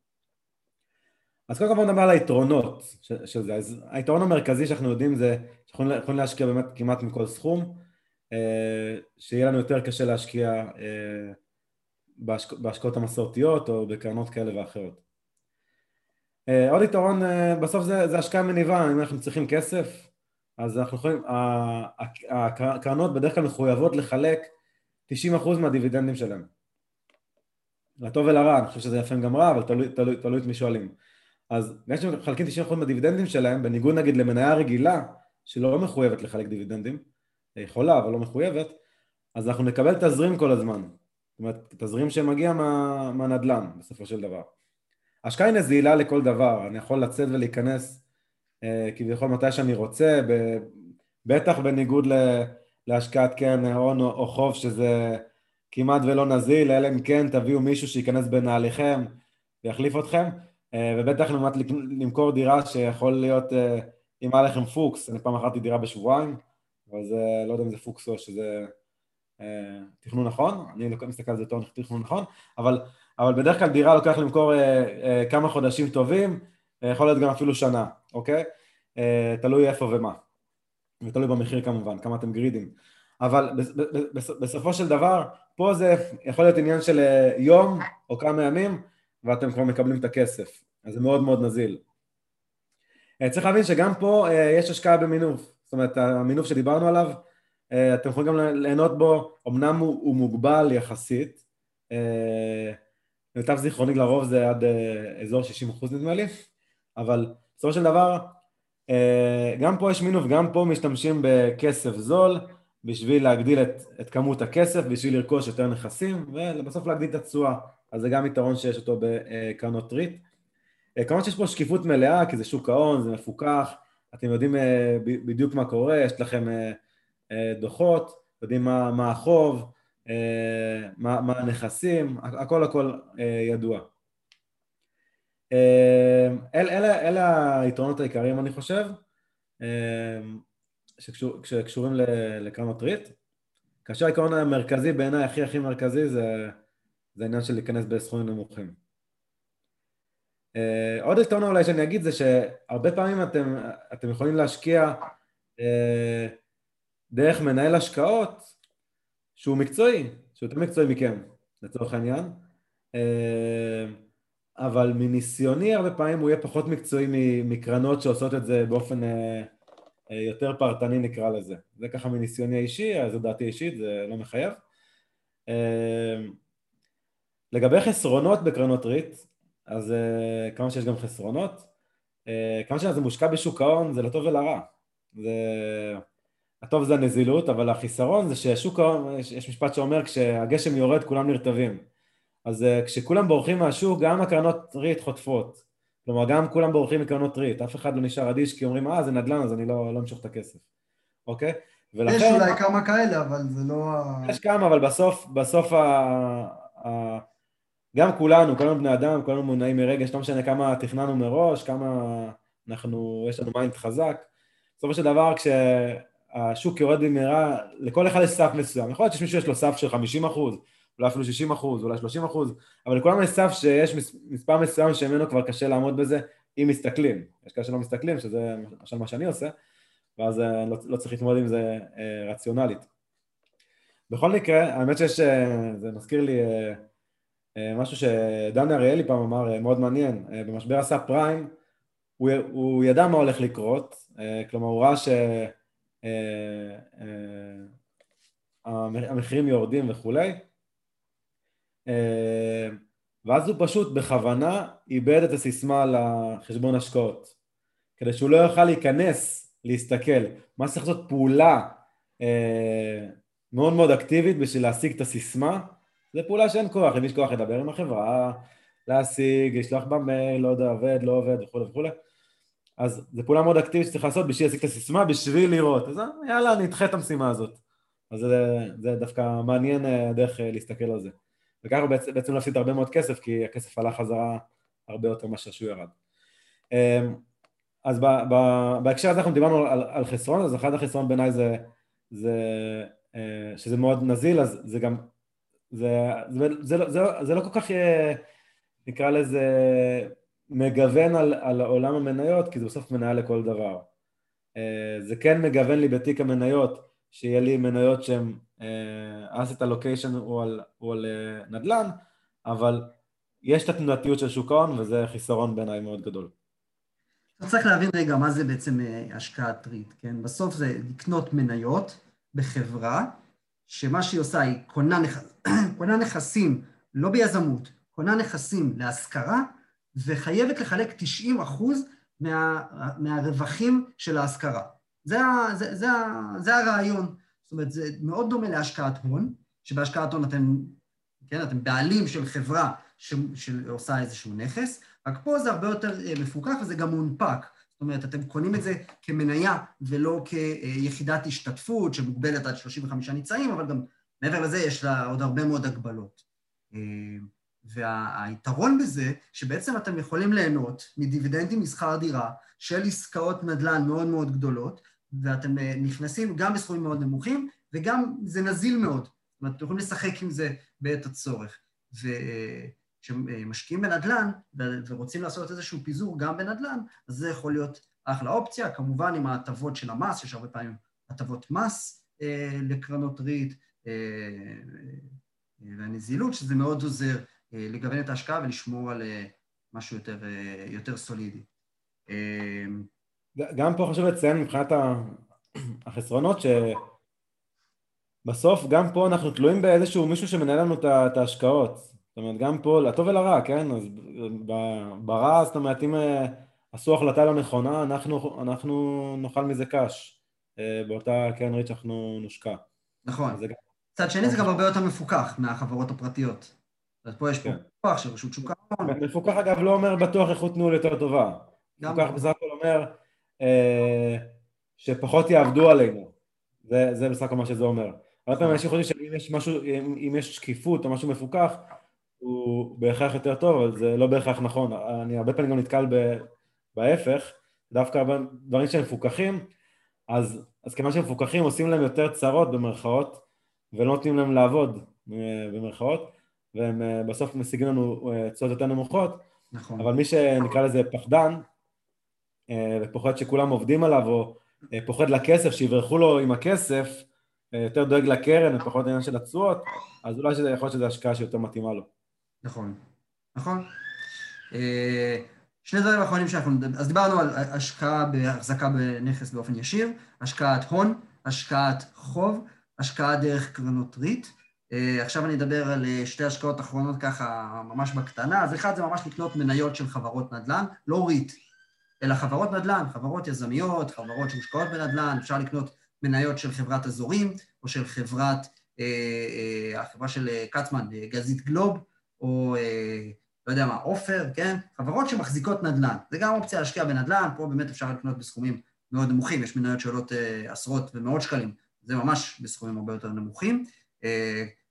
אז קודם כל בואו נדבר על היתרונות של זה. אז היתרון המרכזי שאנחנו יודעים זה שאנחנו יכולים להשקיע באמת כמעט מכל סכום, שיהיה לנו יותר קשה להשקיע בהשקעות המסורתיות או בקרנות כאלה ואחרות. עוד יתרון בסוף זה השקעה מניבה, אם אנחנו צריכים כסף, אז אנחנו יכולים, הקרנות בדרך כלל מחויבות לחלק 90% מהדיבידנדים שלהם. לטוב ולרע, אני חושב שזה יפה גם רע, אבל תלוי את מי שואלים. אז גם כשחלקים 90% מהדיבידנדים שלהם, בניגוד נגיד למניה רגילה, שלא מחויבת לחלק דיבידנדים, יכולה אבל לא מחויבת, אז אנחנו נקבל תזרים כל הזמן. זאת אומרת, תזרים שמגיע מהנדל"ן, בסופו של דבר. השקעה היא נזילה לכל דבר, אני יכול לצאת ולהיכנס, כביכול מתי שאני רוצה, בטח בניגוד להשקעת קרן הון או חוב, שזה כמעט ולא נזיל, אלא אם כן תביאו מישהו שיכנס בנעליכם ויחליף אתכם, ובטח למכור דירה שיכול להיות, אם היה לכם פוקס, אני פעם אחרתי דירה בשבועיים, אבל זה, לא יודע אם זה פוקס או שזה תכנון נכון, אני מסתכל על זה יותר תכנון נכון, אבל בדרך כלל דירה לוקח למכור כמה חודשים טובים, יכול להיות גם אפילו שנה, אוקיי? תלוי איפה ומה, ותלוי במחיר כמובן, כמה אתם גרידים, אבל בסופו של דבר, פה זה יכול להיות עניין של יום או כמה ימים, ואתם כבר מקבלים את הכסף, אז זה מאוד מאוד נזיל. צריך להבין שגם פה יש השקעה במינוף, זאת אומרת, המינוף שדיברנו עליו, אתם יכולים גם ליהנות בו, אמנם הוא מוגבל יחסית, למיטב זיכרוני לרוב זה עד אזור 60% נדמה לי, אבל בסופו של דבר, גם פה יש מינוף, גם פה משתמשים בכסף זול, בשביל להגדיל את כמות הכסף, בשביל לרכוש יותר נכסים, ובסוף להגדיל את התשואה, אז זה גם יתרון שיש אותו בקרנות ריט. כמובן שיש פה שקיפות מלאה, כי זה שוק ההון, זה מפוקח, אתם יודעים בדיוק מה קורה, יש לכם דוחות, יודעים מה החוב, מה הנכסים, הכל ידוע. אלה היתרונות העיקריים אני חושב, שקשורים לקרנות ריט, כאשר העיקרון המרכזי בעיניי הכי מרכזי זה העניין של להיכנס בסכומים נמוכים. עוד יתרון אולי שאני אגיד זה שהרבה פעמים אתם יכולים להשקיע דרך מנהל השקעות שהוא מקצועי, שהוא יותר מקצועי מכם לצורך העניין, אבל מניסיוני הרבה פעמים הוא יהיה פחות מקצועי מקרנות שעושות את זה באופן יותר פרטני נקרא לזה. זה ככה מניסיוני האישי, אז זו דעתי אישית, זה לא מחייב. לגבי חסרונות בקרנות ריט, אז כמה שיש גם חסרונות, כמה שזה מושקע בשוק ההון זה לטוב ולרע. הטוב זה הנזילות, אבל החיסרון זה ששוק ההון, יש משפט שאומר כשהגשם יורד כולם נרטבים. אז כשכולם בורחים מהשוק, גם הקרנות ריט חוטפות. כלומר, גם כולם בורחים מקרנות ריט, אף אחד לא נשאר אדיש כי אומרים, זה נדל"ן, אז אני לא אמשוך את הכסף. אוקיי? יש אולי כמה כאלה, אבל זה לא... יש כמה, אבל בסוף גם כולנו בני אדם, כולנו מונעים מרגש, לא משנה כמה תכננו מראש, כמה יש לנו מיינד חזק. בסופו של דבר, כשהשוק יורד במהרה, לכל אחד יש סף מסוים. יכול להיות שיש מישהו יש לו סף של 50%, אולי אפילו 60%, אולי 30%, אבל לכולם יש סף שיש מספר מסוים שממנו כבר קשה לעמוד בזה, אם מסתכלים. יש כאלה שלא מסתכלים, שזה למשל מה שאני עושה, ואז לא צריך להתמודד עם זה רציונלית. בכל מקרה, האמת זה מזכיר לי משהו שדני אריאלי פעם אמר, מאוד מעניין, במשבר הסאב פריים, הוא ידע מה הולך לקרות, כלומר הוא ראה שהמחירים יורדים וכולי, ואז הוא פשוט בכוונה איבד את הסיסמה לחשבון השקעות, כדי שהוא לא יוכל להיכנס, להסתכל, מה צריך לעשות פעולה מאוד מאוד אקטיבית בשביל להשיג את הסיסמה, זה פעולה שאין כוח, אם יש כוח לדבר עם החברה, להשיג, לשלוח במייל, לא יודע, עובד, לא עובד וכו' וכו'. אז זו פעולה מאוד אקטיבית שצריך לעשות בשביל להשיג את הסיסמה, בשביל לראות. אז יאללה, אני אדחה את המשימה הזאת. אז זה דווקא מעניין דרך להסתכל על זה. וככה בעצם להפסיד הרבה מאוד כסף, כי הכסף עלה חזרה הרבה יותר מאשר שהוא ירד. אז בהקשר הזה אנחנו דיברנו על חסרון, אז אחד החסרון בעיניי שזה מאוד נזיל, אז זה גם, זה לא כל כך נקרא לזה מגוון על עולם המניות, כי זה בסוף מניה לכל דבר. זה כן מגוון לי בתיק המניות, שיהיה לי מניות שהן asset allocation או על נדל"ן, אבל יש את התנועתיות של שוק ההון, וזה חיסרון בעיניי מאוד גדול. אתה צריך להבין רגע מה זה בעצם השקעת ריט, כן? בסוף זה לקנות מניות בחברה, שמה שהיא עושה היא קונה נכסים, לא ביזמות, קונה נכסים להשכרה, וחייבת לחלק 90% מהרווחים של ההשכרה. זה הרעיון. זאת אומרת, זה מאוד דומה להשקעת הון, שבהשקעת הון אתם בעלים של חברה שעושה איזשהו נכס, רק פה זה הרבה יותר מפוקח וזה גם מונפק. זאת אומרת, אתם קונים את זה כמניה ולא כיחידת השתתפות שמוגבלת עד 35 ניצאים, אבל גם מעבר לזה יש לה עוד הרבה מאוד הגבלות. והיתרון בזה שבעצם אתם יכולים ליהנות מדיבידנדים משכר דירה של עסקאות נדל"ן מאוד מאוד גדולות, ואתם נכנסים גם בסכומים מאוד נמוכים, וגם זה נזיל מאוד. זאת אומרת, אתם יכולים לשחק עם זה בעת הצורך. וכשמשקיעים בנדל"ן ורוצים לעשות איזשהו פיזור גם בנדל"ן, אז זה יכול להיות אחלה אופציה, כמובן עם ההטבות של המס, יש הרבה פעמים הטבות מס לקרנות ריט, והנזילות, שזה מאוד עוזר לגוון את ההשקעה ולשמור על משהו יותר סולידי. גם פה חשוב לציין מבחינת החסרונות, שבסוף גם פה אנחנו תלויים באיזשהו מישהו שמנהל לנו את ההשקעות. זאת אומרת, גם פה, לטוב ולרע, כן? אז ברע, זאת אומרת, אם עשו החלטה לא נכונה, אנחנו נאכל מזה קש. באותה קרן ריט שאנחנו נושקע. נכון. צד שני זה גם הרבה יותר מפוקח מהחברות הפרטיות. אז פה יש פה מפוקח של רשות שוק ההון. מפוקח אגב לא אומר בטוח איכות ניהול יותר טובה. מפוקח בסך הכל אומר שפחות יעבדו עלינו. זה בסך הכל מה שזה אומר. הרבה פעמים אנשים חושבים שאם יש שקיפות או משהו מפוקח, הוא בהכרח יותר טוב, אבל זה לא בהכרח נכון. אני הרבה פעמים גם נתקל בהפך, דווקא דברים שהם מפוקחים, אז כמה שהם מפוקחים עושים להם יותר צרות במרכאות, ולא נותנים להם לעבוד במרכאות, והם בסוף משיגים לנו צעות יותר נמוכות, נכון. אבל מי שנקרא לזה פחדן, ופוחד שכולם עובדים עליו, או פוחד לכסף, שיברחו לו עם הכסף, יותר דואג לקרן, ופחות עניין של התשואות, אז אולי שזה יכול להיות שזה השקעה שיותר מתאימה לו. נכון, נכון. שני דברים האחרונים שאנחנו נדבר, אז דיברנו על השקעה בהחזקה בנכס באופן ישיר, השקעת הון, השקעת חוב, השקעה דרך קרנות ריט. עכשיו אני אדבר על שתי השקעות אחרונות ככה ממש בקטנה, אז אחד זה ממש לקנות מניות של חברות נדל"ן, לא ריט, אלא חברות נדל"ן, חברות יזמיות, חברות שמושקעות בנדל"ן, אפשר לקנות מניות של חברת אזורים, או של החברה של קצמן, גזית גלוב, או לא יודע מה, אופר, כן? חברות שמחזיקות נדל"ן. זה גם אופציה להשקיע בנדל"ן, פה באמת אפשר לקנות בסכומים מאוד נמוכים, יש מניות שעולות עשרות ומאות שקלים, זה ממש בסכומים הרבה יותר נמוכים.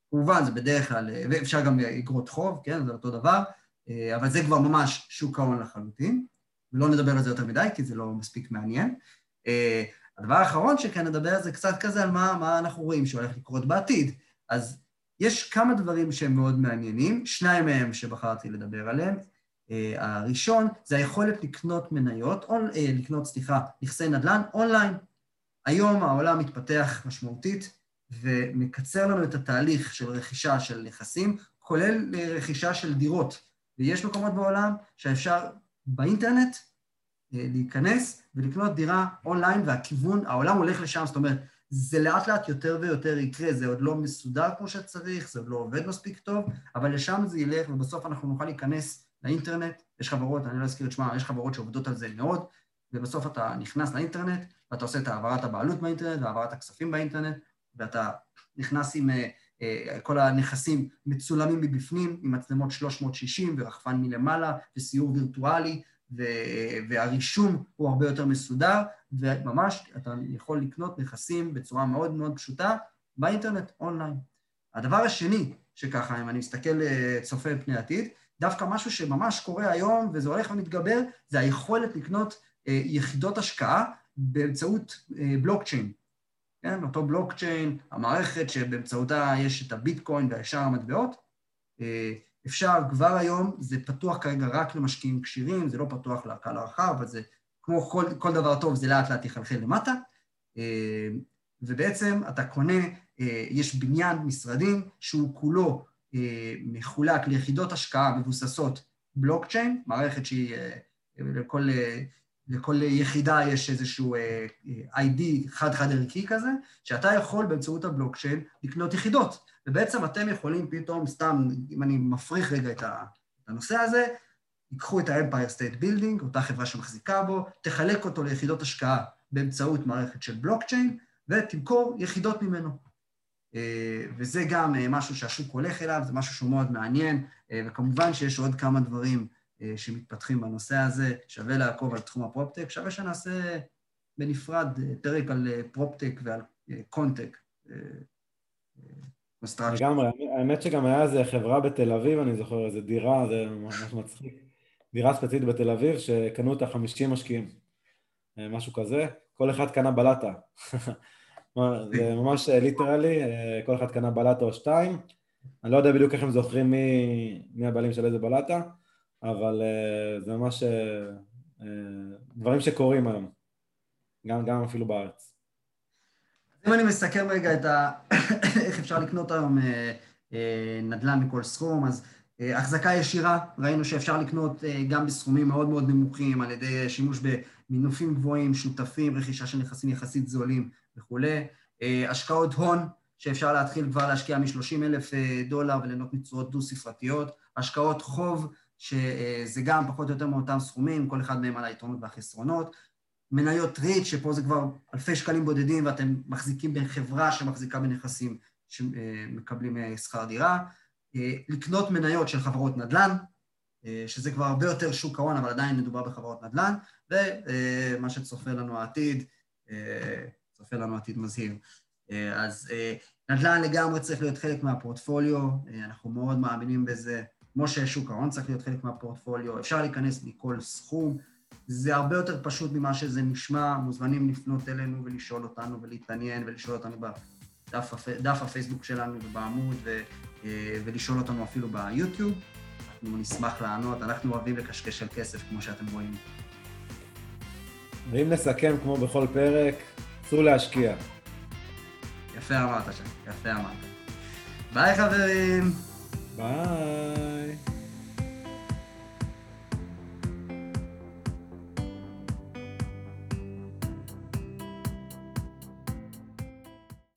כמובן, זה בדרך כלל, ואפשר גם אגרות חוב, כן, זה אותו דבר, אבל זה כבר ממש שוק ההון לחלוטין, ולא נדבר על זה יותר מדי, כי זה לא מספיק מעניין. הדבר האחרון שכן נדבר זה קצת כזה על מה אנחנו רואים שהולך לקרות בעתיד. אז יש כמה דברים שהם מאוד מעניינים, שניים מהם שבחרתי לדבר עליהם. הראשון זה היכולת לקנות מניות, נכסי נדל"ן אונליין. היום העולם מתפתח משמעותית ומקצר לנו את התהליך של רכישה של נכסים, כולל רכישה של דירות. ויש מקומות בעולם שאפשר באינטרנט להיכנס ולקנות דירה אונליין, והכיוון, העולם הולך לשם, זאת אומרת, זה לאט לאט יותר ויותר יקרה, זה עוד לא מסודר כמו שצריך, זה עוד לא עובד מספיק טוב, אבל לשם זה ילך, ובסוף אנחנו נוכל להיכנס לאינטרנט, יש חברות, אני לא אזכיר את שמה, יש חברות שעובדות על זה מאוד, ובסוף אתה נכנס לאינטרנט, ואתה עושה את העברת הבעלות באינטרנט, והעברת הכספים באינטרנט, ואתה נכנס עם כל הנכסים מצולמים מבפנים, עם מצלמות 360 ורחפן מלמעלה, וסיור וירטואלי, והרישום הוא הרבה יותר מסודר, וממש אתה יכול לקנות נכסים בצורה מאוד מאוד פשוטה באינטרנט, אונליין. הדבר השני, שככה, אם אני מסתכל צופה פני עתיד, דווקא משהו שממש קורה היום, וזה הולך ומתגבר, זה היכולת לקנות יחידות השקעה באמצעות בלוקצ'יין. כן? אותו בלוקצ'יין, המערכת שבאמצעותה יש את הביטקוין והשאר המטבעות, אפשר כבר היום, זה פתוח כרגע רק למשקיעים כשירים, זה לא פתוח לקהל הרחב, אבל זה כמו כל דבר טוב, זה לאט לאט יחלחל למטה, ובעצם אתה קונה, יש בניין משרדים שהוא כולו מחולק ליחידות השקעה מבוססות בלוקצ'יין, מערכת שהיא לכל יחידה יש איזשהו ID חד ערכי כזה, שאתה יכול באמצעות הבלוקצ'יין לקנות יחידות, ובעצם אתם יכולים פתאום, סתם, אם אני מפריך רגע את הנושא הזה, ייקחו את ה-Empire State Building, אותה חברה שמחזיקה בו, תחלק אותו ליחידות השקעה באמצעות מערכת של בלוקצ'יין, ותמכור יחידות ממנו. וזה גם משהו שהשוק הולך אליו, זה משהו שהוא מאוד מעניין, וכמובן שיש עוד כמה דברים שמתפתחים בנושא הזה, שווה לעקוב על תחום הפרופטק, שווה שנעשה בנפרד פרק על פרופטק ועל קונטק. לגמרי, האמת שגם היה איזה חברה בתל אביב, אני זוכר, איזה דירה, זה ממש מצחיק, דירה ספציפית בתל אביב, שקנו אותה 50 משקיעים, משהו כזה, כל אחד קנה בלטה, זה ממש ליטרלי, כל אחד קנה בלטה או שתיים, אני לא יודע בדיוק איך הם זוכרים מי הבעלים של איזה בלטה, אבל זה ממש דברים שקורים היום, גם אפילו בארץ. אם אני מסכם רגע איך אפשר לקנות היום נדל"ן בכל סכום, אז החזקה ישירה, ראינו שאפשר לקנות גם בסכומים מאוד מאוד נמוכים, על ידי שימוש במינופים גבוהים, שותפים, רכישה של נכסים יחסית זולים וכו'. השקעות הון, שאפשר להתחיל כבר להשקיע $30,000 וליהנות מתשואות דו-ספרתיות. השקעות חוב, שזה גם פחות או יותר מאותם סכומים, כל אחד מהם על היתרונות והחסרונות. מניות ריט, שפה זה כבר אלפי שקלים בודדים, ואתם מחזיקים בחברה שמחזיקה בנכסים שמקבלים שכר דירה. לקנות מניות של חברות נדל"ן, שזה כבר הרבה יותר שוק ההון, אבל עדיין מדובר בחברות נדל"ן, ומה שצופה לנו העתיד, צופה לנו עתיד מזהיר. אז נדל"ן לגמרי צריך להיות חלק מהפורטפוליו, אנחנו מאוד מאמינים בזה, כמו ששוק ההון צריך להיות חלק מהפורטפוליו, אפשר להיכנס מכל סכום, זה הרבה יותר פשוט ממה שזה נשמע, מוזמנים לפנות אלינו ולשאול אותנו ולהתעניין ולשאול אותנו בדף הפייסבוק שלנו ובעמוד ולשאול אותנו אפילו ביוטיוב. אנחנו נשמח לענות, אנחנו אוהבים לקשקש על כסף כמו שאתם רואים. ואם נסכם כמו בכל פרק, צאו להשקיע. יפה אמרת שם, יפה אמרת. ביי חברים!